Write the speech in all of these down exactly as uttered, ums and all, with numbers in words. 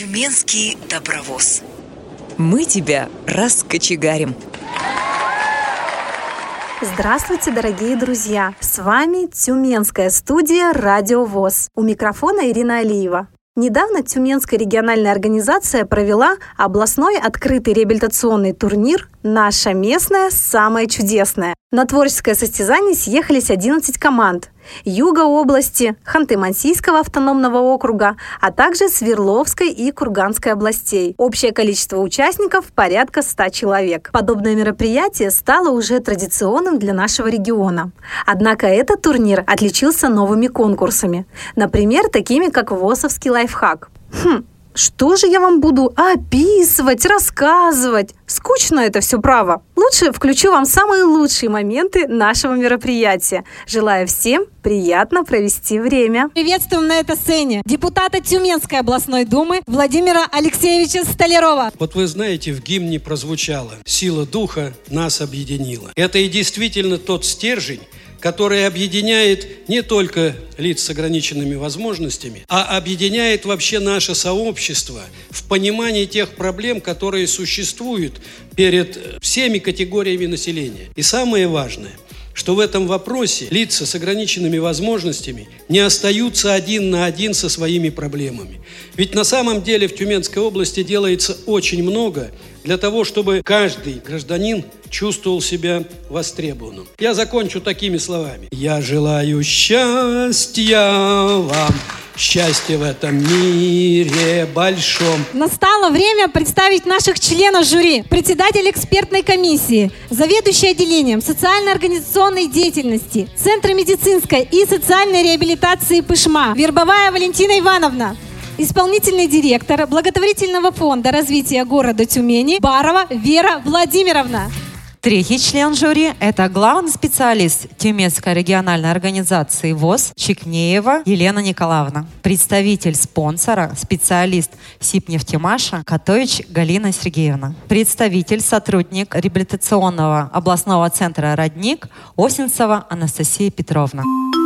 Тюменский добровоз. Мы тебя раскочегарим. Здравствуйте, дорогие друзья! С вами Тюменская студия «Радио ВОС». У микрофона Ирина Алиева. Недавно Тюменская региональная организация провела областной открытый реабилитационный турнир «Наша местная самая чудесная». На творческое состязание съехались одиннадцать команд Юга области, Ханты-Мансийского автономного округа, а также Свердловской и Курганской областей. Общее количество участников порядка ста человек. Подобное мероприятие стало уже традиционным для нашего региона. Однако этот турнир отличился новыми конкурсами. Например, такими как ВОСовский лайфхак. Хм, что же я вам буду описывать, рассказывать? Скучно это все, право. Лучше включу вам самые лучшие моменты нашего мероприятия. Желаю всем приятно провести время. Приветствуем на этой сцене депутата Тюменской областной думы Владимира Алексеевича Столярова. Вот вы знаете, в гимне прозвучало: «Сила духа нас объединила». Это и действительно тот стержень, который объединяет не только лиц с ограниченными возможностями, а объединяет вообще наше сообщество в понимании тех проблем, которые существуют перед всеми категориями населения. И самое важное, что в этом вопросе лица с ограниченными возможностями не остаются один на один со своими проблемами. Ведь на самом деле в Тюменской области делается очень много для того, чтобы каждый гражданин чувствовал себя востребованным. Я закончу такими словами. Я желаю счастья вам, счастья в этом мире большом. Настало время представить наших членов жюри. Председатель экспертной комиссии, заведующий отделением социально-организационной деятельности Центра медицинской и социальной реабилитации Пышма Вербовая Валентина Ивановна. Исполнительный директор благотворительного фонда развития города Тюмени Барова Вера Владимировна. Третий член жюри – это главный специалист Тюменской региональной организации ВОС Чекнеева Елена Николаевна. Представитель спонсора, специалист Сибнефтемаша Котович Галина Сергеевна. Представитель, сотрудник реабилитационного областного центра «Родник» Осинцева Анастасия Петровна.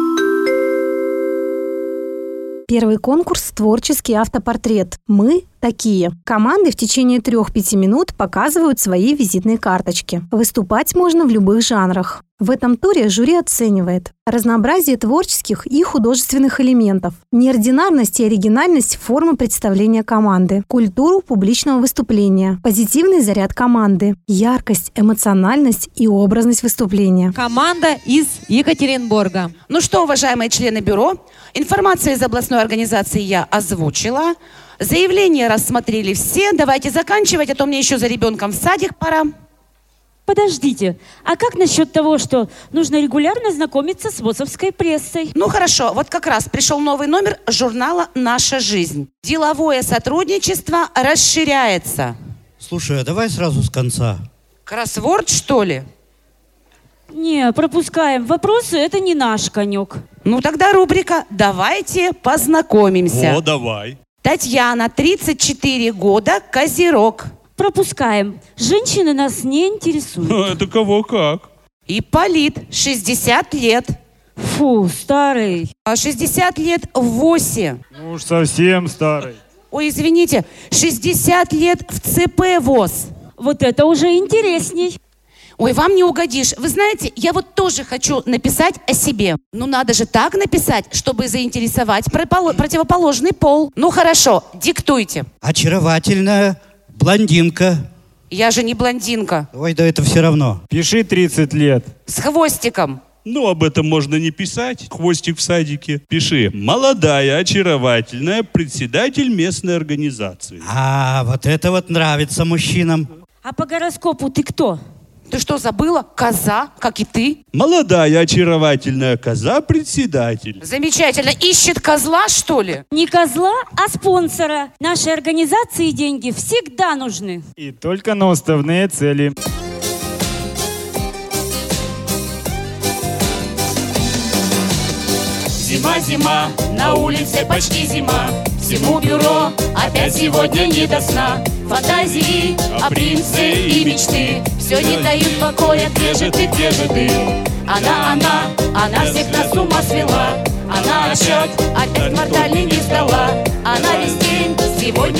Первый конкурс – творческий автопортрет. Мы такие. Команды в течение трех-пяти минут показывают свои визитные карточки. Выступать можно в любых жанрах. В этом туре жюри оценивает разнообразие творческих и художественных элементов, неординарность и оригинальность формы представления команды, культуру публичного выступления, позитивный заряд команды, яркость, эмоциональность и образность выступления. Команда из Екатеринбурга. Ну что, уважаемые члены бюро, информацию из областной организации я озвучила. Заявление рассмотрели все. Давайте заканчивать, а то мне еще за ребенком в садик пора. Подождите, а как насчет того, что нужно регулярно знакомиться с ВОСовской прессой? Ну хорошо, вот как раз пришел новый номер журнала «Наша жизнь». Деловое сотрудничество расширяется. Слушай, а давай сразу с конца. Кроссворд, что ли? Не, пропускаем. Вопросы – это не наш конек. Ну тогда рубрика «Давайте познакомимся». О, давай. Татьяна, тридцать четыре года, Козерог. Пропускаем. Женщины нас не интересуют. Это кого как? Ипполит, шестьдесят лет. Фу, старый. А шестьдесят лет восемь. Ну уж совсем старый. Ой, извините, шестьдесят лет в ЦП ВОС. Вот это уже интересней. Ой, вам не угодишь. Вы знаете, я вот тоже хочу написать о себе. Ну, надо же так написать, чтобы заинтересовать противоположный пол. Ну, хорошо, диктуйте. Очаровательная блондинка. Я же не блондинка. Ой, да это все равно. Пиши тридцать лет. С хвостиком. Ну, об этом можно не писать. Хвостик в садике. Пиши. Молодая, очаровательная, председатель местной организации. А, вот это вот нравится мужчинам. А по гороскопу ты кто? Ты что, забыла? Коза, как и ты. Молодая, очаровательная коза, председатель. Замечательно. Ищет козла, что ли? Не козла, а спонсора. Нашей организации деньги всегда нужны. И только на уставные цели. Зима, зима, на улице почти зима. Всему бюро опять сегодня не до сна. Фантазии о принце и мечты все не дают покоя. Где же ты, где же ты? Она, она, она всех нас с ума свела. Она отсчет опять квартальный не сдала. Она весь день сегодня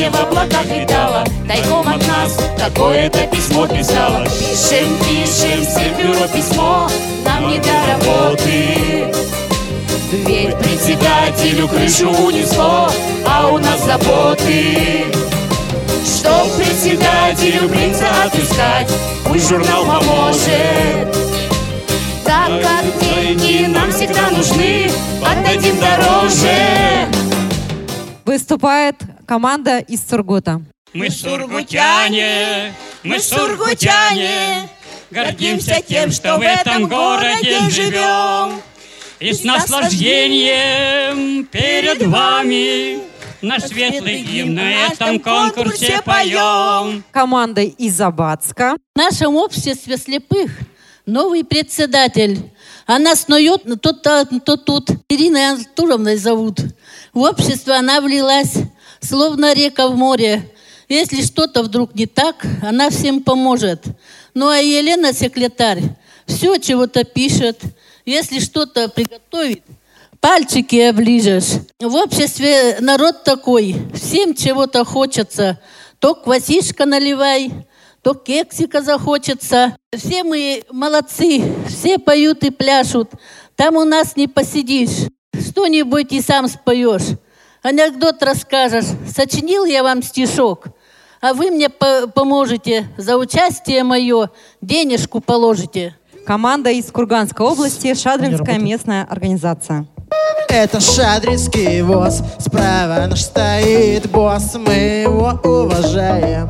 песня в облаках летала, тайком от нас какое-то письмо писала. Пишем, пишем, всем бюро письмо, нам не до работы. Ведь председателю крышу унесло, а у нас заботы. Чтоб председателю принца отыскать, пусть журнал поможет. Так как деньги нам всегда нужны, отдадим дороже. Выступает команда из Сургута. Мы сургутяне, мы сургутяне, гордимся тем, что в этом городе живем. И с наслаждением перед вами наш светлый гимн на этом конкурсе поем. Команда из Абацка. В нашем обществе слепых новый председатель. Она снует то, то, то тут. Ириной Артуровной зовут. В общество она влилась, словно река в море. Если что-то вдруг не так, она всем поможет. Ну а Елена, секретарь, все чего-то пишет. Если что-то приготовит, пальчики оближешь. В обществе народ такой, всем чего-то хочется. То квасишка наливай, то кексика захочется. Все мы молодцы, все поют и пляшут. Там у нас не посидишь, что-нибудь и сам споешь. Анекдот расскажешь, сочинил я вам стишок, а вы мне по- поможете, за участие мое денежку положите. Команда из Курганской области, Шадринская местная организация. Это Шадринский ВОС, справа наш стоит босс, мы его уважаем.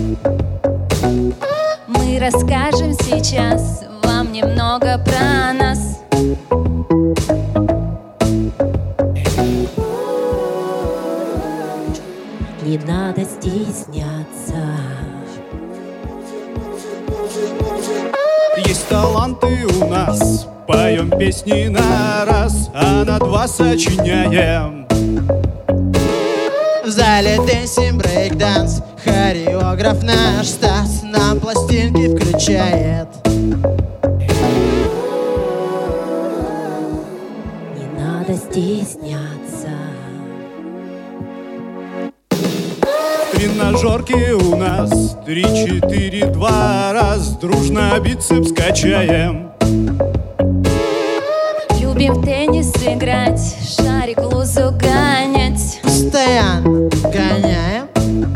Мы расскажем сейчас вам немного про нас. Не надо стесняться. Есть таланты у нас, поем песни на раз, а на два сочиняем. В зале дэнсим, брейк-данс, хореограф наш Стас нам пластинки включает. Не надо стесняться. В тренажерке у нас три-четыре-два раз, дружно бицепс качаем. Любим в теннис играть, шарик лузу гонять. Постоянно гоняем.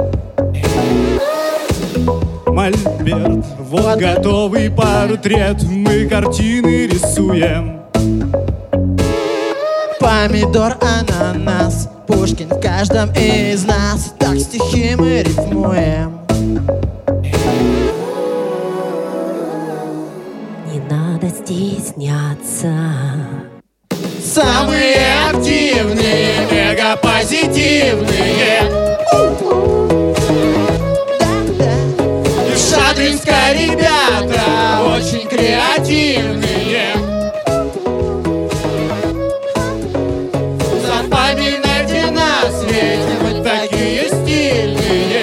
Мольберт, вот готовый портрет, мы картины рисуем. Помидор, ананас, Пушкин в каждом из нас, так стихи мы рифмуем. Не надо стесняться. Самые активные, мегапозитивные. И в Шадринской ребята очень креативные. Запоминайте нас, ведь мы такие стильные.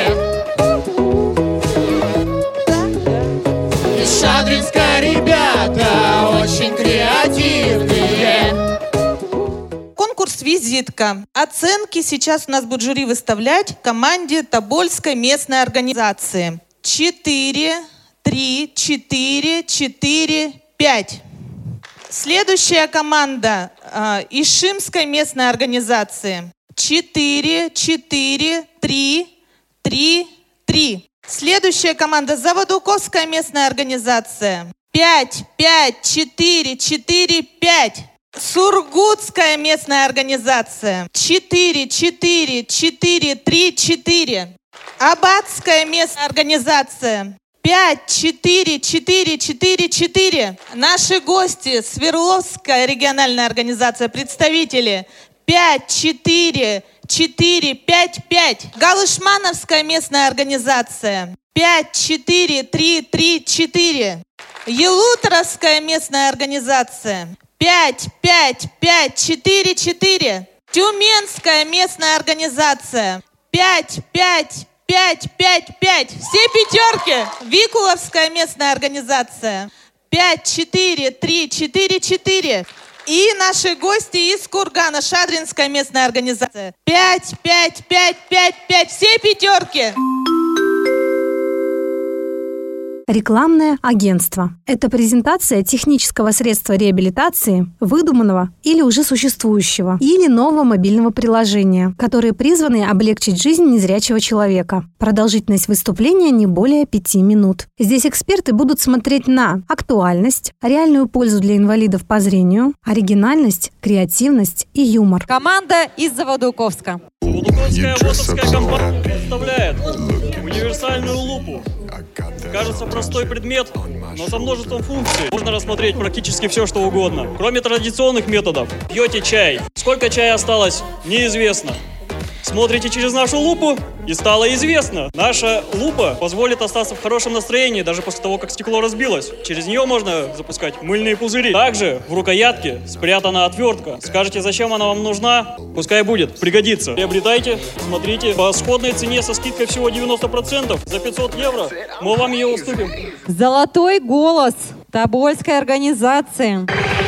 И в Шадринской ребята очень креативные. Конкурс «Визитка». Оценки сейчас у нас будет жюри выставлять команде Тобольской местной организации. Четыре, три, четыре, четыре, пять. Следующая команда э, Ишимской местной организации. Четыре, четыре, три, три, три. Следующая команда Заводуковская местная организация. Пять, пять, четыре, четыре, пять. Сургутская местная организация. Четыре, четыре, четыре, три, четыре. Абацкая местная организация. Пять, четыре, четыре, четыре, четыре. Наши гости, Свердловская региональная организация, представители. Пять, четыре, четыре, пять, пять. Галышмановская местная организация. Пять, четыре, три, три, четыре. Елутровская местная организация. Пять, пять, пять, четыре, четыре. Тюменская местная организация. Пять, пять, пять, пять, пять. Все пятерки. Викуловская местная организация. Пять, четыре, три, четыре, четыре. И наши гости из Кургана, Шадринская местная организация. Пять, пять, пять, пять, пять. Все пятерки. Рекламное агентство. Это презентация технического средства реабилитации, выдуманного или уже существующего, или нового мобильного приложения, которые призваны облегчить жизнь незрячего человека. Продолжительность выступления не более пяти минут. Здесь эксперты будут смотреть на актуальность, реальную пользу для инвалидов по зрению, оригинальность, креативность и юмор. Команда из Заводоуковска. Заводоуковская ВОСовская компания представляет универсальную лупу. Кажется, простой предмет, но со множеством функций. Можно рассмотреть практически все, что угодно. Кроме традиционных методов. Пьете чай. Сколько чая осталось, неизвестно. Смотрите через нашу лупу, и стало известно. Наша лупа позволит остаться в хорошем настроении, даже после того, как стекло разбилось. Через нее можно запускать мыльные пузыри. Также в рукоятке спрятана отвертка. Скажете, зачем она вам нужна? Пускай будет, пригодится. Приобретайте, смотрите. По сходной цене со скидкой всего девяносто процентов. За пятьсот евро мы вам ее уступим. Золотой голос Тобольской организации.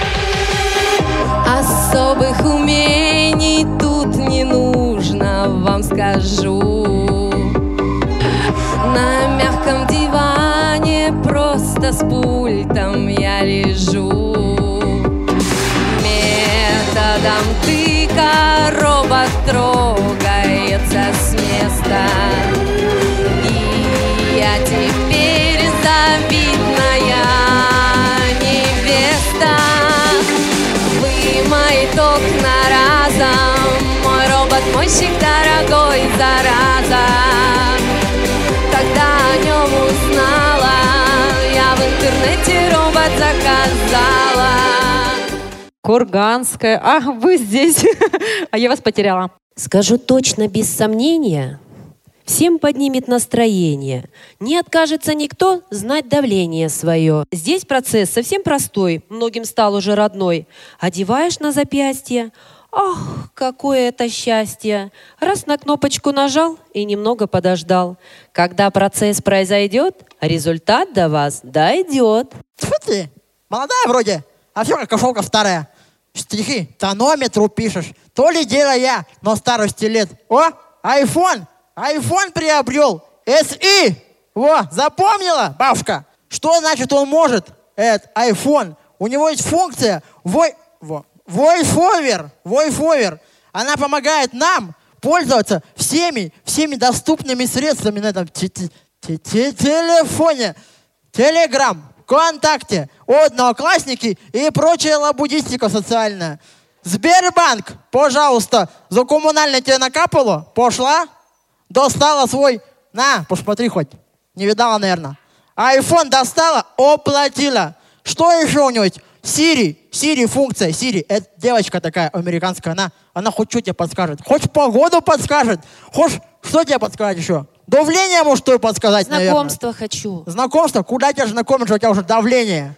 Особых умений тут не нужно, вам скажу. На мягком диване просто с пультом я лежу. Методом тыка робот трогается с места. И я теперь завидная невеста. Вымоет окна разом, мой робот-мойщик дорогой, зараза. Когда о нем узнала, я в интернете робот заказала. Курганская. А, вы здесь. А я вас потеряла. Скажу точно, без сомнения, всем поднимет настроение. Не откажется никто знать давление свое. Здесь процесс совсем простой, многим стал уже родной. Одеваешь на запястье. Ах, какое это счастье! Раз на кнопочку нажал и немного подождал. Когда процесс произойдет, результат до вас дойдет. Тьфу ты, молодая вроде, а все как кошелка старая. Стихи тонометру пишешь. То ли дело я, но старости лет. О, айфон! Айфон приобрел. эс и. Во, запомнила, бабушка? Что значит он может, этот айфон? У него есть функция вой... Во. Voice-over. Voice-over. Она помогает нам пользоваться всеми, всеми доступными средствами на этом телефоне. Телеграм, ВКонтакте, Одноклассники и прочая лабудистика социальная. Сбербанк, пожалуйста, за коммунальное тебе накапало? Пошла? Достала свой, на, посмотри хоть, не видала, наверное. Айфон достала, оплатила. Что еще у него есть? Siri, Siri функция, Siri, это девочка такая американская, она, она хоть что тебе подскажет, хоть погоду подскажет, хоть что тебе подскажет еще? Давление может что подсказать, Знакомство наверное. хочу. Знакомство? Куда тебя знакомить, что у тебя уже давление?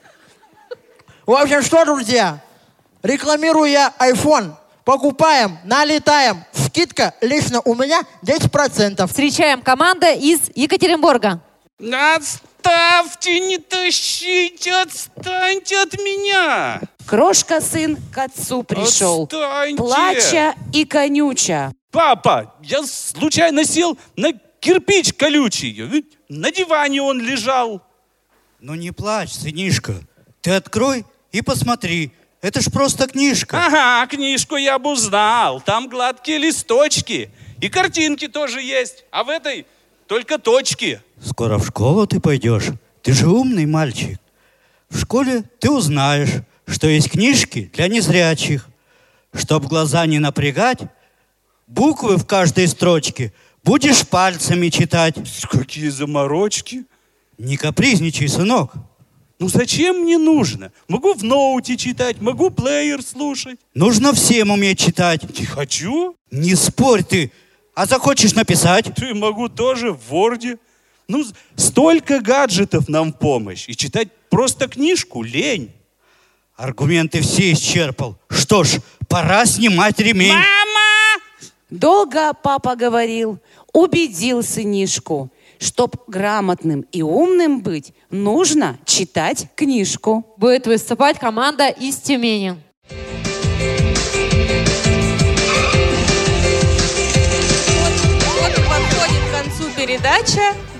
В общем, что, друзья, рекламирую я iPhone. Покупаем, налетаем. Скидка лично у меня десять процентов. Встречаем команда из Екатеринбурга. Отставьте, не тащите, отстаньте от меня. Крошка сын к отцу пришел, Отстаньте. плача и конюча. Папа, я случайно сел на кирпич колючий. Ведь на диване он лежал. Ну не плачь, сынишка. Ты открой и посмотри. Это ж просто книжка. Ага, книжку я бы узнал. Там гладкие листочки. И картинки тоже есть. А в этой только точки. Скоро в школу ты пойдешь. Ты же умный мальчик. В школе ты узнаешь, что есть книжки для незрячих. Чтоб глаза не напрягать, буквы в каждой строчке будешь пальцами читать. Какие заморочки. Не капризничай, сынок. Ну зачем мне нужно? Могу в ноуте читать, могу плеер слушать. Нужно всем уметь читать. Не хочу. Не спорь ты. А захочешь написать? Ты могу тоже в Ворде. Ну, столько гаджетов нам в помощь. И читать просто книжку лень. Аргументы все исчерпал. Что ж, пора снимать ремень. Мама! Долго папа говорил, убедил сынишку. Чтоб грамотным и умным быть, нужно читать книжку. Будет выступать команда из Тюмени.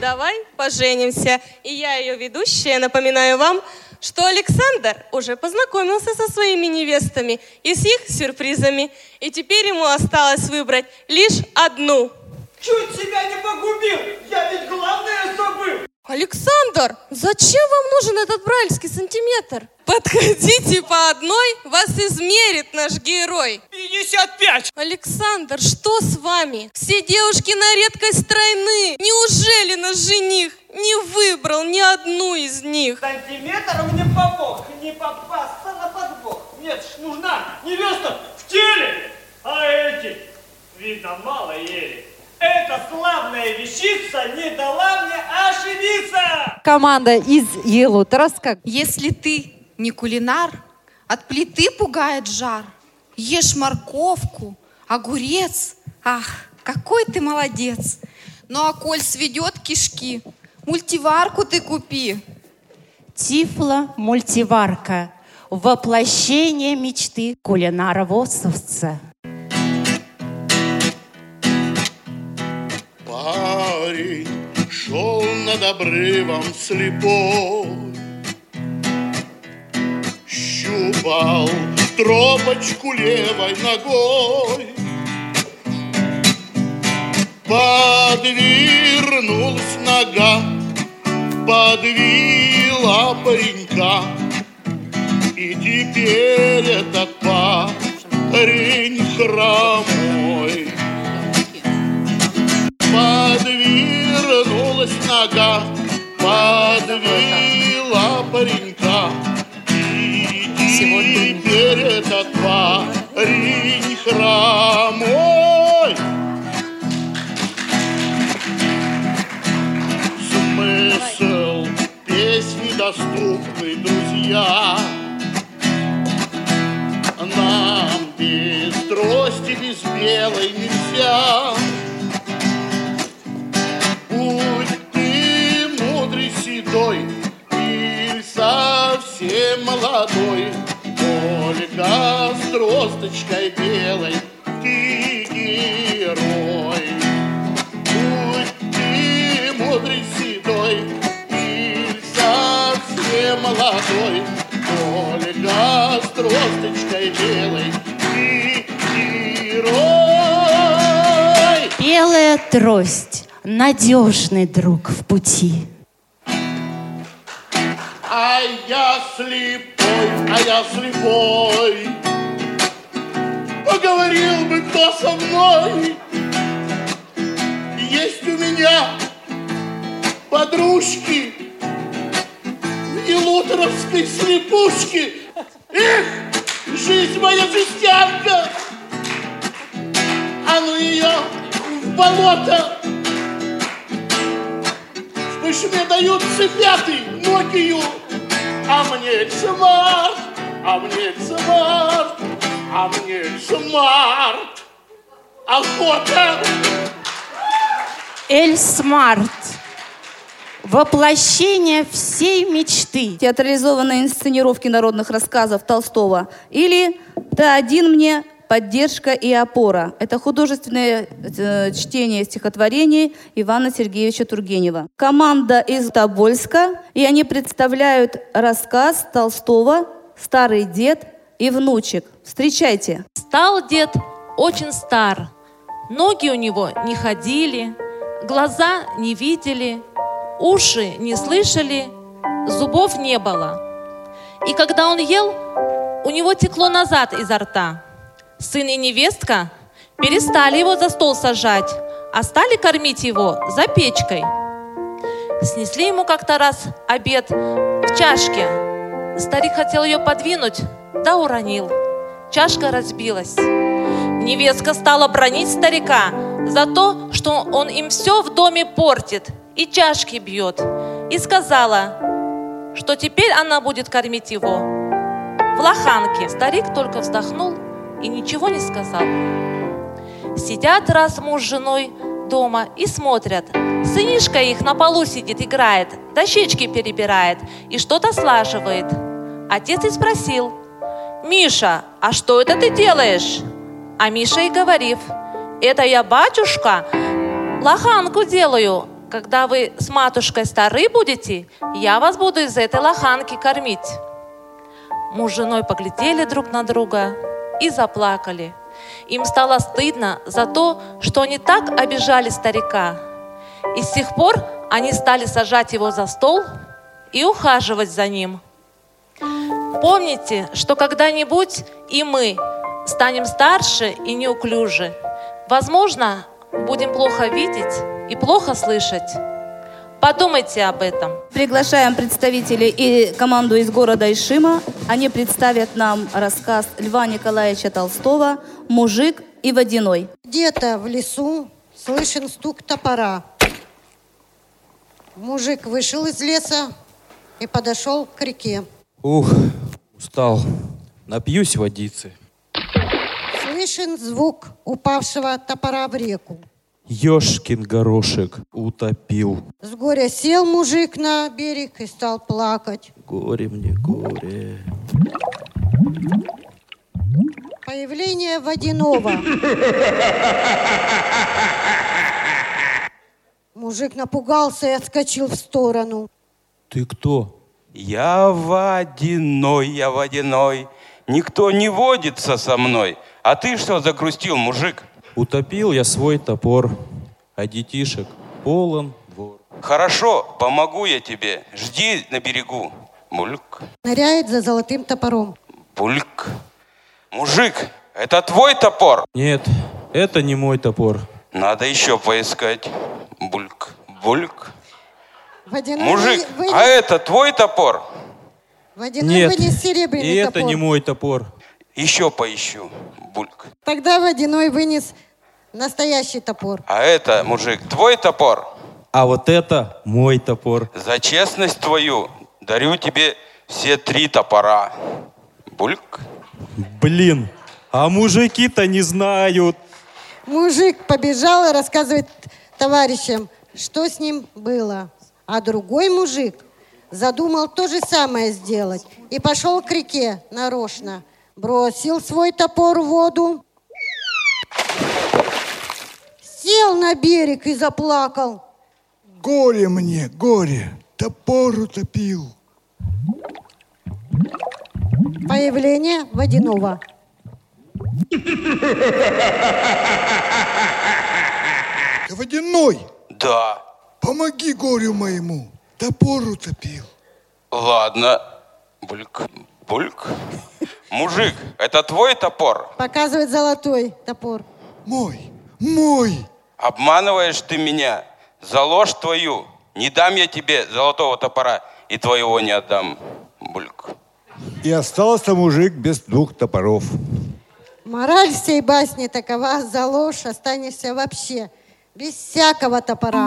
давай поженимся. И я, ее ведущая, напоминаю вам, что Александр уже познакомился со своими невестами и с их сюрпризами. И теперь ему осталось выбрать лишь одну. Чуть себя не погубил, я ведь главное забыл. Александр, зачем вам нужен этот брайльский сантиметр? Подходите по одной, вас измерит наш герой. пятьдесят пять. Александр, что с вами? Все девушки на редкость стройны. Неужели наш жених не выбрал ни одну из них? Сантиметр мне помог, не попасться на подбор. Нет, ж нужна невеста в теле, а эти, видно, мало ели. Эта славная вещица не дала мне ошибиться! Команда из Елуторовска. Если ты не кулинар, от плиты пугает жар. Ешь морковку, огурец. Ах, какой ты молодец! Ну а коль сведет кишки, мультиварку ты купи. Тифло-мультиварка. Воплощение мечты кулинара-восовца. Парень шел над обрывом слепой, щупал тропочку левой ногой, подвернулась нога, подвила паренька, и теперь этот парень хромой. Подвернулась нога, подвила паренька, и теперь этот парень хромой. Смысл песни доступный, друзья. Нам без трости, без белой нельзя. Будь ты мудрый седой или совсем молодой, только с тросточкой белой ты герой. Будь ты мудрый седой или совсем молодой, только с тросточкой белой ты герой. Белая трость. Надежный друг в пути. А я слепой, а я слепой. Поговорил бы кто со мной. Есть у меня подружки в елуторовской слепушке. Эх, жизнь моя жестянка. А ну ее в болото. Пусть мне дают цепяты, Нокию, а мне смарт, а мне смарт, а мне смарт. Охота! Эльсмарт. Воплощение всей мечты. Театрализованные инсценировки народных рассказов Толстого. Или «Ты один мне, поддержка и опора». Это художественное э, чтение стихотворений Ивана Сергеевича Тургенева. Команда из Тобольска, и они представляют рассказ Толстого «Старый дед и внучек». Встречайте. Стал дед очень стар, ноги у него не ходили, глаза не видели, уши не слышали, зубов не было. И когда он ел, у него текло назад изо рта. Сын и невестка перестали его за стол сажать, а стали кормить его за печкой. Снесли ему как-то раз обед в чашке. Старик хотел ее подвинуть, да уронил. Чашка разбилась. Невестка стала бранить старика за то, что он им все в доме портит и чашки бьет. И сказала, что теперь она будет кормить его в лоханке. Старик только вздохнул и ничего не сказал. Сидят раз муж с женой дома и смотрят. Сынишка их на полу сидит, играет, дощечки перебирает и что-то слаживает. Отец и спросил: «Миша, а что это ты делаешь?» А Миша и говорит: «Это я, батюшка, лоханку делаю когда вы с матушкой стары будете, я вас буду из этой лоханки кормить. Муж с женой поглядели друг на друга и заплакали. Им стало стыдно за то, что они так обижали старика. И с тех пор они стали сажать его за стол и ухаживать за ним. Помните, что когда-нибудь и мы станем старше и неуклюже. Возможно, будем плохо видеть и плохо слышать. Подумайте об этом. Приглашаем представителей и команду из города Ишима. Они представят нам рассказ Льва Николаевича Толстого «Мужик и водяной». Где-то в лесу слышен стук топора. Мужик вышел из леса и подошел к реке. Ух, устал. Напьюсь водицы. Слышен звук упавшего топора в реку. Ёшкин горошек утопил. С горя сел мужик на берег и стал плакать. Горе мне, горе. Появление водяного. Мужик напугался и отскочил в сторону. Ты кто? Я водяной, я водяной. Никто не водится со мной. А ты что загрустил, мужик? Утопил я свой топор, а детишек полон двор. Хорошо, помогу я тебе. Жди на берегу. Бульк. Ныряет за золотым топором. Бульк. Мужик, это твой топор? Нет, это не мой топор. Надо еще поискать. Бульк. Бульк. Водяной Мужик, вынес... а это твой топор? Водяной Нет, вынес серебряный и топор. это не мой топор. Еще поищу. Бульк. Тогда водяной вынес настоящий топор. А это, мужик, твой топор? А вот это мой топор. За честность твою дарю тебе все три топора. Бульк. Блин, а мужики-то не знают. Мужик побежал и рассказывает товарищам, что с ним было. А другой мужик задумал то же самое сделать и пошел к реке нарочно. Бросил свой топор в воду, сел на берег и заплакал. Горе мне, горе, топор утопил. Появление водяного. Ты водяной? Да. Помоги горю моему, топор утопил. Ладно. Бульк. Бульк. Мужик, это твой топор? Показывает золотой топор. Мой, мой. Обманываешь ты меня. За ложь твою не дам я тебе золотого топора и твоего не отдам. Бульк. И остался мужик без двух топоров. Мораль всей басни такова: за ложь останешься вообще без всякого топора.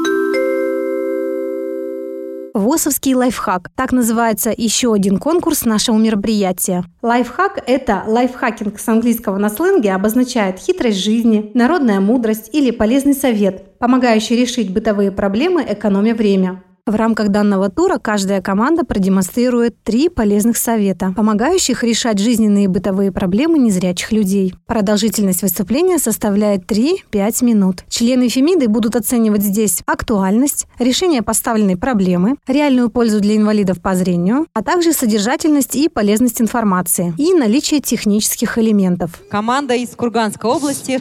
ВОСовский лайфхак. Так называется еще один конкурс нашего мероприятия. Лайфхак – это лайфхакинг с английского на сленге, обозначает хитрость жизни, народная мудрость или полезный совет, помогающий решить бытовые проблемы, экономя время. В рамках данного тура каждая команда продемонстрирует три полезных совета, помогающих решать жизненные и бытовые проблемы незрячих людей. Продолжительность выступления составляет три-пять минут. Члены Фемиды будут оценивать здесь актуальность, решение поставленной проблемы, реальную пользу для инвалидов по зрению, а также содержательность и полезность информации и наличие технических элементов. Команда из Курганской области.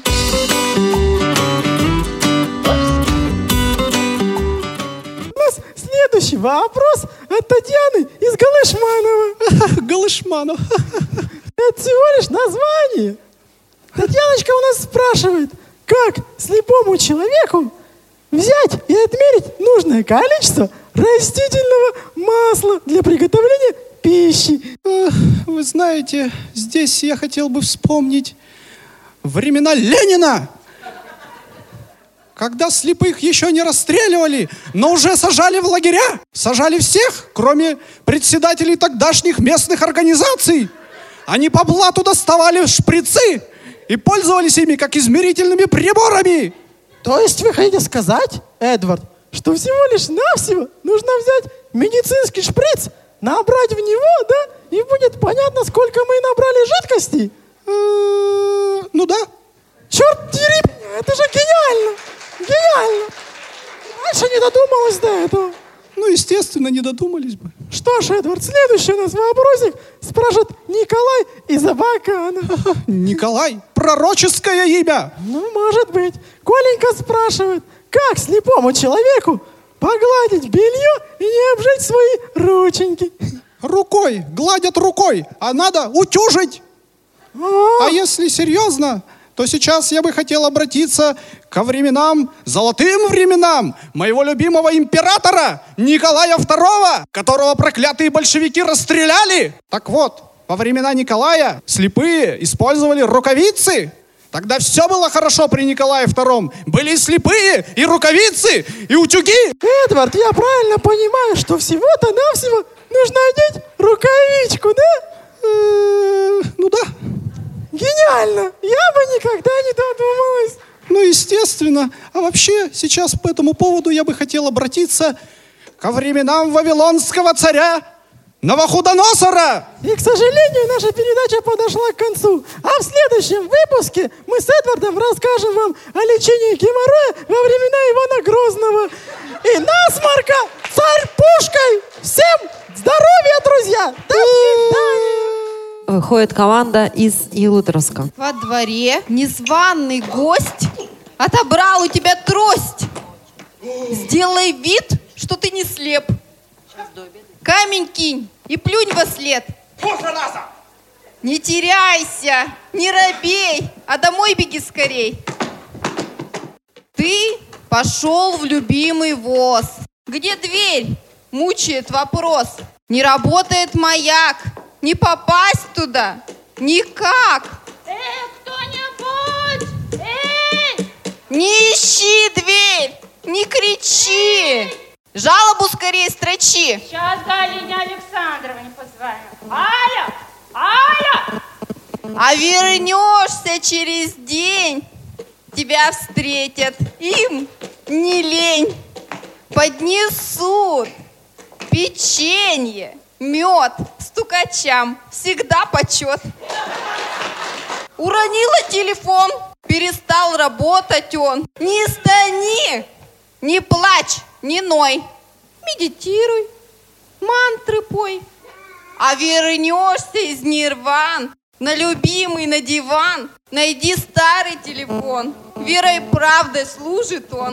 Следующий вопрос от Татьяны из Галышманова. Галышманов. Это всего лишь название. Татьяночка у нас спрашивает, как слепому человеку взять и отмерить нужное количество растительного масла для приготовления пищи. Вы знаете, здесь я хотел бы вспомнить времена Ленина, когда слепых еще не расстреливали, но уже сажали в лагеря. Сажали всех, кроме председателей тогдашних местных организаций. Они по блату доставали шприцы и пользовались ими как измерительными приборами. То есть вы хотите сказать, Эдвард, что всего лишь навсего нужно взять медицинский шприц, набрать в него, да, и будет понятно, сколько мы набрали жидкости? Ну да. Черт дери меня, это же гениально! Гениально! Раньше не не додумалась до этого. Ну, естественно, не додумались бы. Что ж, Эдвард, следующий у нас вопросик спрашивает Николай из Абакана. Николай? Пророческое имя? Ну, может быть. Коленька спрашивает, как слепому человеку погладить белье и не обжечь свои рученьки? Рукой, гладят рукой, а надо утюжить. А, а если серьезно, то сейчас я бы хотел обратиться ко временам, золотым временам моего любимого императора Николая второго, которого проклятые большевики расстреляли. Так вот, во времена Николая слепые использовали рукавицы. Тогда все было хорошо при Николае втором. Были и слепые, и рукавицы, и утюги. Эдвард, я правильно понимаю, что всего-то навсего нужно одеть рукавичку, да? Э-э, ну да. Гениально! Я бы никогда не додумалась. Ну, естественно. А вообще, сейчас по этому поводу я бы хотел обратиться ко временам вавилонского царя Навуходоносора. И, к сожалению, наша передача подошла к концу. А в следующем выпуске мы с Эдвардом расскажем вам о лечении геморроя во времена Ивана Грозного. И насморка царь-пушкой. Всем здоровья, друзья! До свидания! Выходит команда из Ялуторовска. Во дворе незваный гость отобрал у тебя трость. Сделай вид, что ты не слеп. Камень кинь и плюнь во след. Не теряйся, не робей, а домой беги скорей. Ты пошел в любимый ВОЗ. Где дверь? Мучает вопрос. Не работает маяк. Не попасть туда никак. Эй, кто-нибудь! Эй! Не ищи дверь, не кричи. Жалобу скорее строчи. Сейчас Галине Александровне позвоню. Аля! Аля! А вернешься через день, тебя встретят. Им не лень. Поднесут печенье, мед, стукачам всегда почет. Уронила телефон, перестал работать он. Не стани, не плачь, не ной. Медитируй, мантры пой. А вернешься из нирван на любимый, на диван. Найди старый телефон, верой и правдой служит он.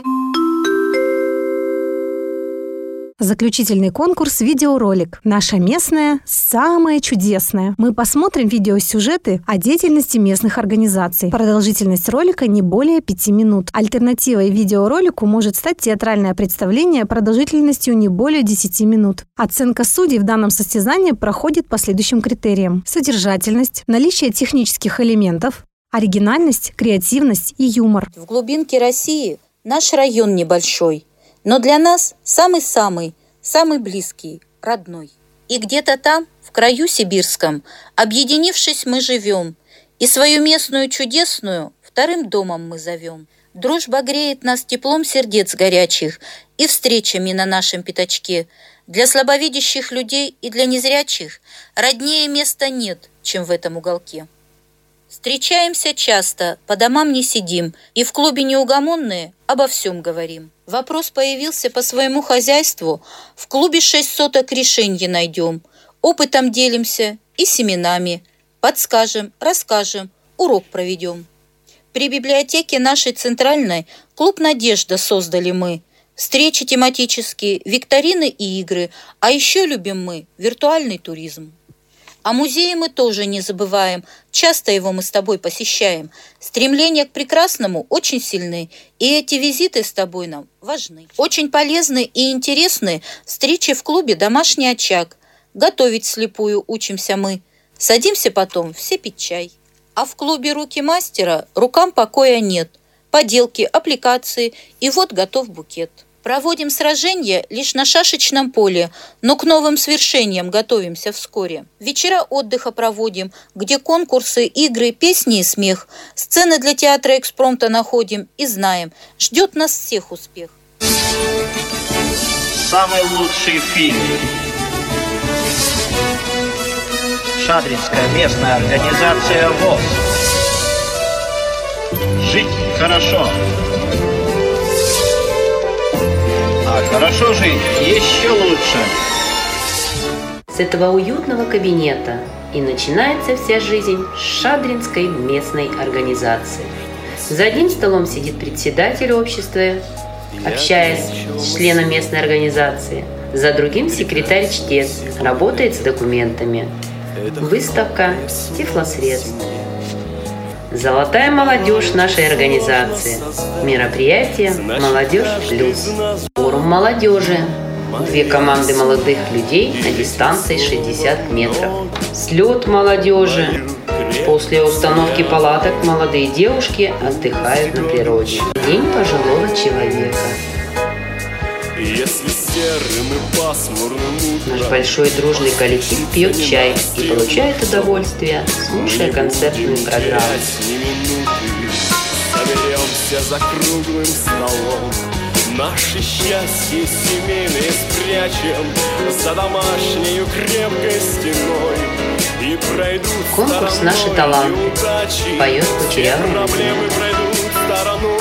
Заключительный конкурс «Видеоролик». Наша местная самая чудесная. Мы посмотрим видеосюжеты о деятельности местных организаций. Продолжительность ролика не более пяти минут. Альтернативой видеоролику может стать театральное представление продолжительностью не более десяти минут. Оценка судей в данном состязании проходит по следующим критериям: содержательность, наличие технических элементов, оригинальность, креативность и юмор. В глубинке России наш район небольшой, но для нас самый-самый, самый близкий, родной. И где-то там, в краю сибирском, объединившись, мы живем, и свою местную чудесную вторым домом мы зовем. Дружба греет нас теплом сердец горячих и встречами на нашем пятачке. Для слабовидящих людей и для незрячих роднее места нет, чем в этом уголке. Встречаемся часто, по домам не сидим, и в клубе неугомонные обо всем говорим. Вопрос появился по своему хозяйству, в клубе шесть соток решенья найдем, опытом делимся и семенами, подскажем, расскажем, урок проведем. При библиотеке нашей центральной клуб «Надежда» создали мы. Встречи тематические, викторины и игры, а еще любим мы виртуальный туризм. О музее мы тоже не забываем, часто его мы с тобой посещаем. Стремления к прекрасному очень сильны, и эти визиты с тобой нам важны. Очень полезны и интересны встречи в клубе «Домашний очаг». Готовить слепую учимся мы, садимся потом все пить чай. А в клубе «Руки мастера» рукам покоя нет. Поделки, аппликации, и вот готов букет. Проводим сражения лишь на шашечном поле, но к новым свершениям готовимся вскоре. Вечера отдыха проводим, где конкурсы, игры, песни и смех. Сцены для театра экспромта находим и знаем, ждет нас всех успех. Самый лучший фильм. Шадринская местная организация ВОЗ. Жить хорошо. А хорошо жить еще лучше. С этого уютного кабинета и начинается вся жизнь Шадринской местной организации. За одним столом сидит председатель общества, общаясь с членом местной организации. За другим секретарь-чтец, работает с документами. Выставка тифлосредств. Золотая молодежь нашей организации. Мероприятие «Молодежь плюс». Форум молодежи. Две команды молодых людей на дистанции шестьдесят метров. Слет молодежи. После установки палаток молодые девушки отдыхают на природе. День пожилого человека. Если серым и пасмурным Наш большой дружный коллектив пьет чай и получает удовольствие, слушая концертную программу. соберемся за круглым столом, наши счастья семейные спрячем за домашнею крепкой стеной. И пройдут Конкурс «Наши таланты» поет кучерявый проблемы пройдут стороной.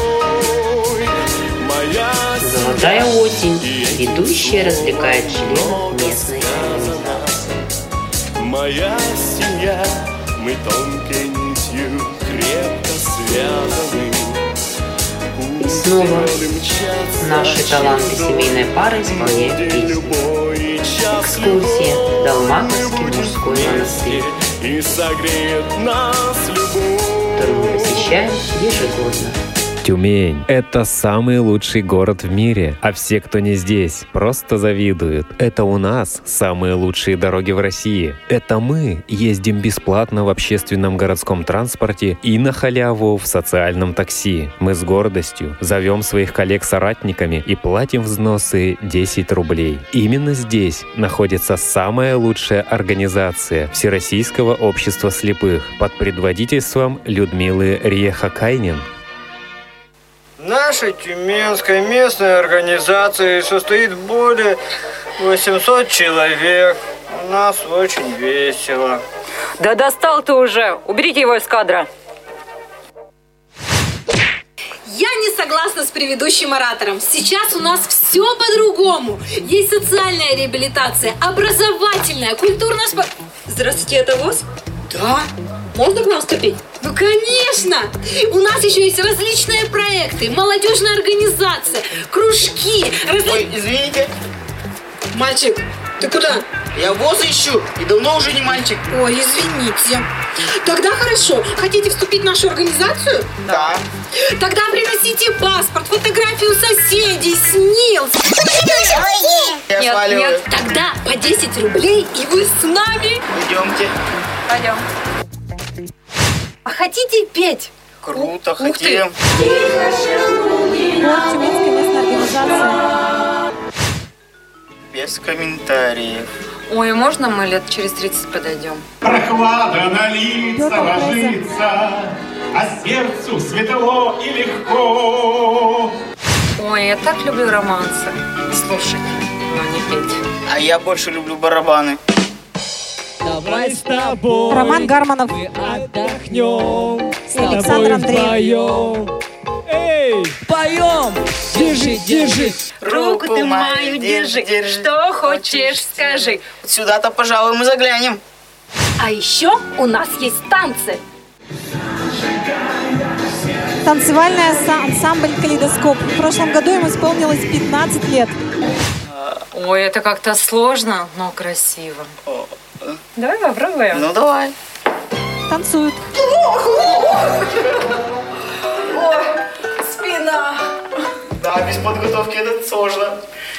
Золотая осень. Ведущая развлекает членов местной организации. Моя семья, мы тонкой нитью крепко связаны. И снова наши таланты семейной пары исполняют песни. Экскурсия. Далматовский мужской монастырь, И согреет нас любовь, который мы посещаем ежегодно. Тюмень – это самый лучший город в мире, а все, кто не здесь, просто завидуют. Это у нас самые лучшие дороги в России. Это мы ездим бесплатно в общественном городском транспорте и на халяву в социальном такси. Мы с гордостью зовем своих коллег соратниками и платим взносы десять рублей. Именно здесь находится самая лучшая организация Всероссийского общества слепых под предводительством Людмилы Риехакайнин. Нашей Тюменской местной организации состоит более восемьсот человек. У нас очень весело. Да достал ты уже! Уберите его из кадра! Я не согласна с предыдущим оратором. Сейчас у нас все по-другому. Есть социальная реабилитация, образовательная, культурная... Спо... Здравствуйте, это ВОС? Да. Можно к нам вступить? Ну, конечно! У нас еще есть различные проекты, молодежная организация, кружки. Разли... Ой, извините. Мальчик, ты куда? Я ВОС ищу и давно уже не мальчик. Ой, извините. Тогда хорошо. Хотите вступить в нашу организацию? Да. Тогда приносите паспорт, фотографию соседей, СНИЛС. Я Нет, сваливаю. нет. Тогда по десять рублей, и вы с нами. Идемте. Пойдем. А хотите петь? Круто, Ух хотим. ты. Хор Тюменской местной организации. Без комментариев. Ой, можно мы лет через тридцать подойдем? Прохлада на лица ложится, а сердцу светло и легко. Ой, я так люблю романсы. Слушать, но не петь. А я больше люблю барабаны. Давай с тобой Роман Гармонов. мы отдохнем с Александр тобой Андреев. вдвоем. Эй, поем! Держи, держи! Руку ты мою держи, что хочешь скажи. Вот сюда-то, пожалуй, мы заглянем. А еще у нас есть танцы. Танцевальный аса- ансамбль «Калейдоскоп». В прошлом году им исполнилось пятнадцать лет. Ой, это как-то сложно, но красиво. Давай попробуем. Ну, давай. Танцуют. Спина. Да, без подготовки это сложно.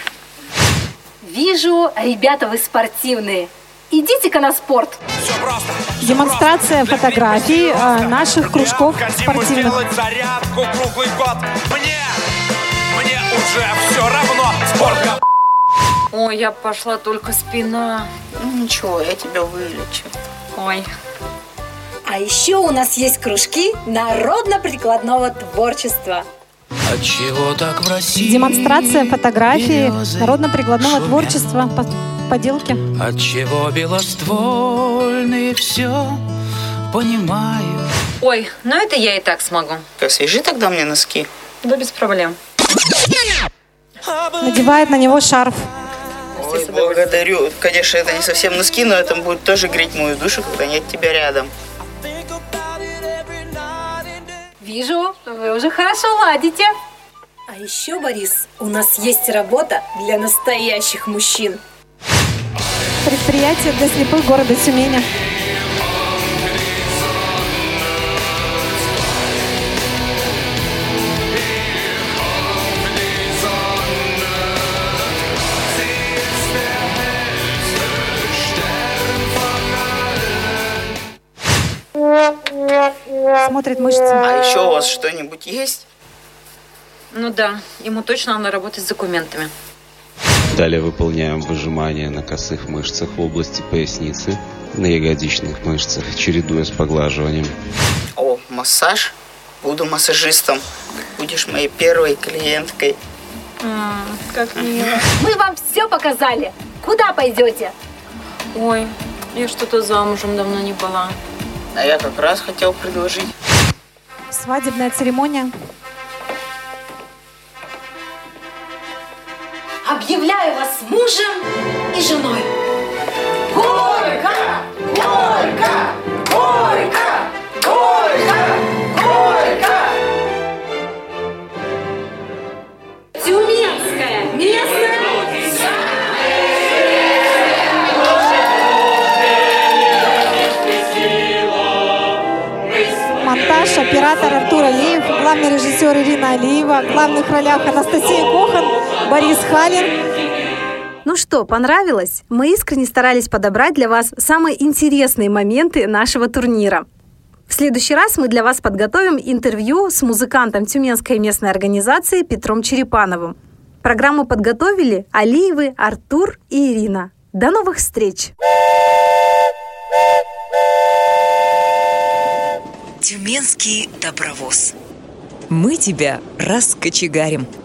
Вижу, ребята, вы спортивные. Идите-ка на спорт. Демонстрация фотографий э, наших кружков спортивных. Зарядку круглый год. Мне, мне уже все равно. Спорт. Ой, я пошла только спина. Ну, ничего, я тебя вылечу. Ой. А еще у нас есть кружки народно-прикладного творчества. От чего так в России? Демонстрация фотографий народно-прикладного творчества, по- поделки. От чего белоствольные все понимаю. Ой, ну это я и так смогу. Так свяжи тогда мне носки. Да без проблем. надевает на него шарф. Ой, благодарю. Конечно, это не совсем носки, но это будет тоже греть мою душу, когда нет тебя рядом. Вижу, вы уже хорошо ладите. А еще, Борис, у нас есть работа для настоящих мужчин. Предприятие для слепых города Тюмени. Смотрит мышцы. А еще у вас что-нибудь есть? Ну да, ему точно надо работать с документами. Далее выполняем выжимание на косых мышцах в области поясницы, на ягодичных мышцах, чередуя с поглаживанием. О, массаж? Буду массажистом. Будешь моей первой клиенткой. А, как мило. Мы вам все показали. Куда пойдете? Ой, я что-то замужем давно не была. А я как раз хотел предложить. Свадебная церемония. Объявляю вас мужем и женой. Горько! Горько! Горько! Горько! Горько! Тюменская местная... Монтаж, оператор Артур Алиев, главный режиссер Ирина Алиева, в главных ролях Анастасия Кохан, Борис Халин. Ну что, понравилось? Мы искренне старались подобрать для вас самые интересные моменты нашего турнира. В следующий раз мы для вас подготовим интервью с музыкантом Тюменской местной организации Петром Черепановым. Программу подготовили Алиевы, Артур и Ирина. До новых встреч! Тюменский добровоз. Мы тебя раскочегарим.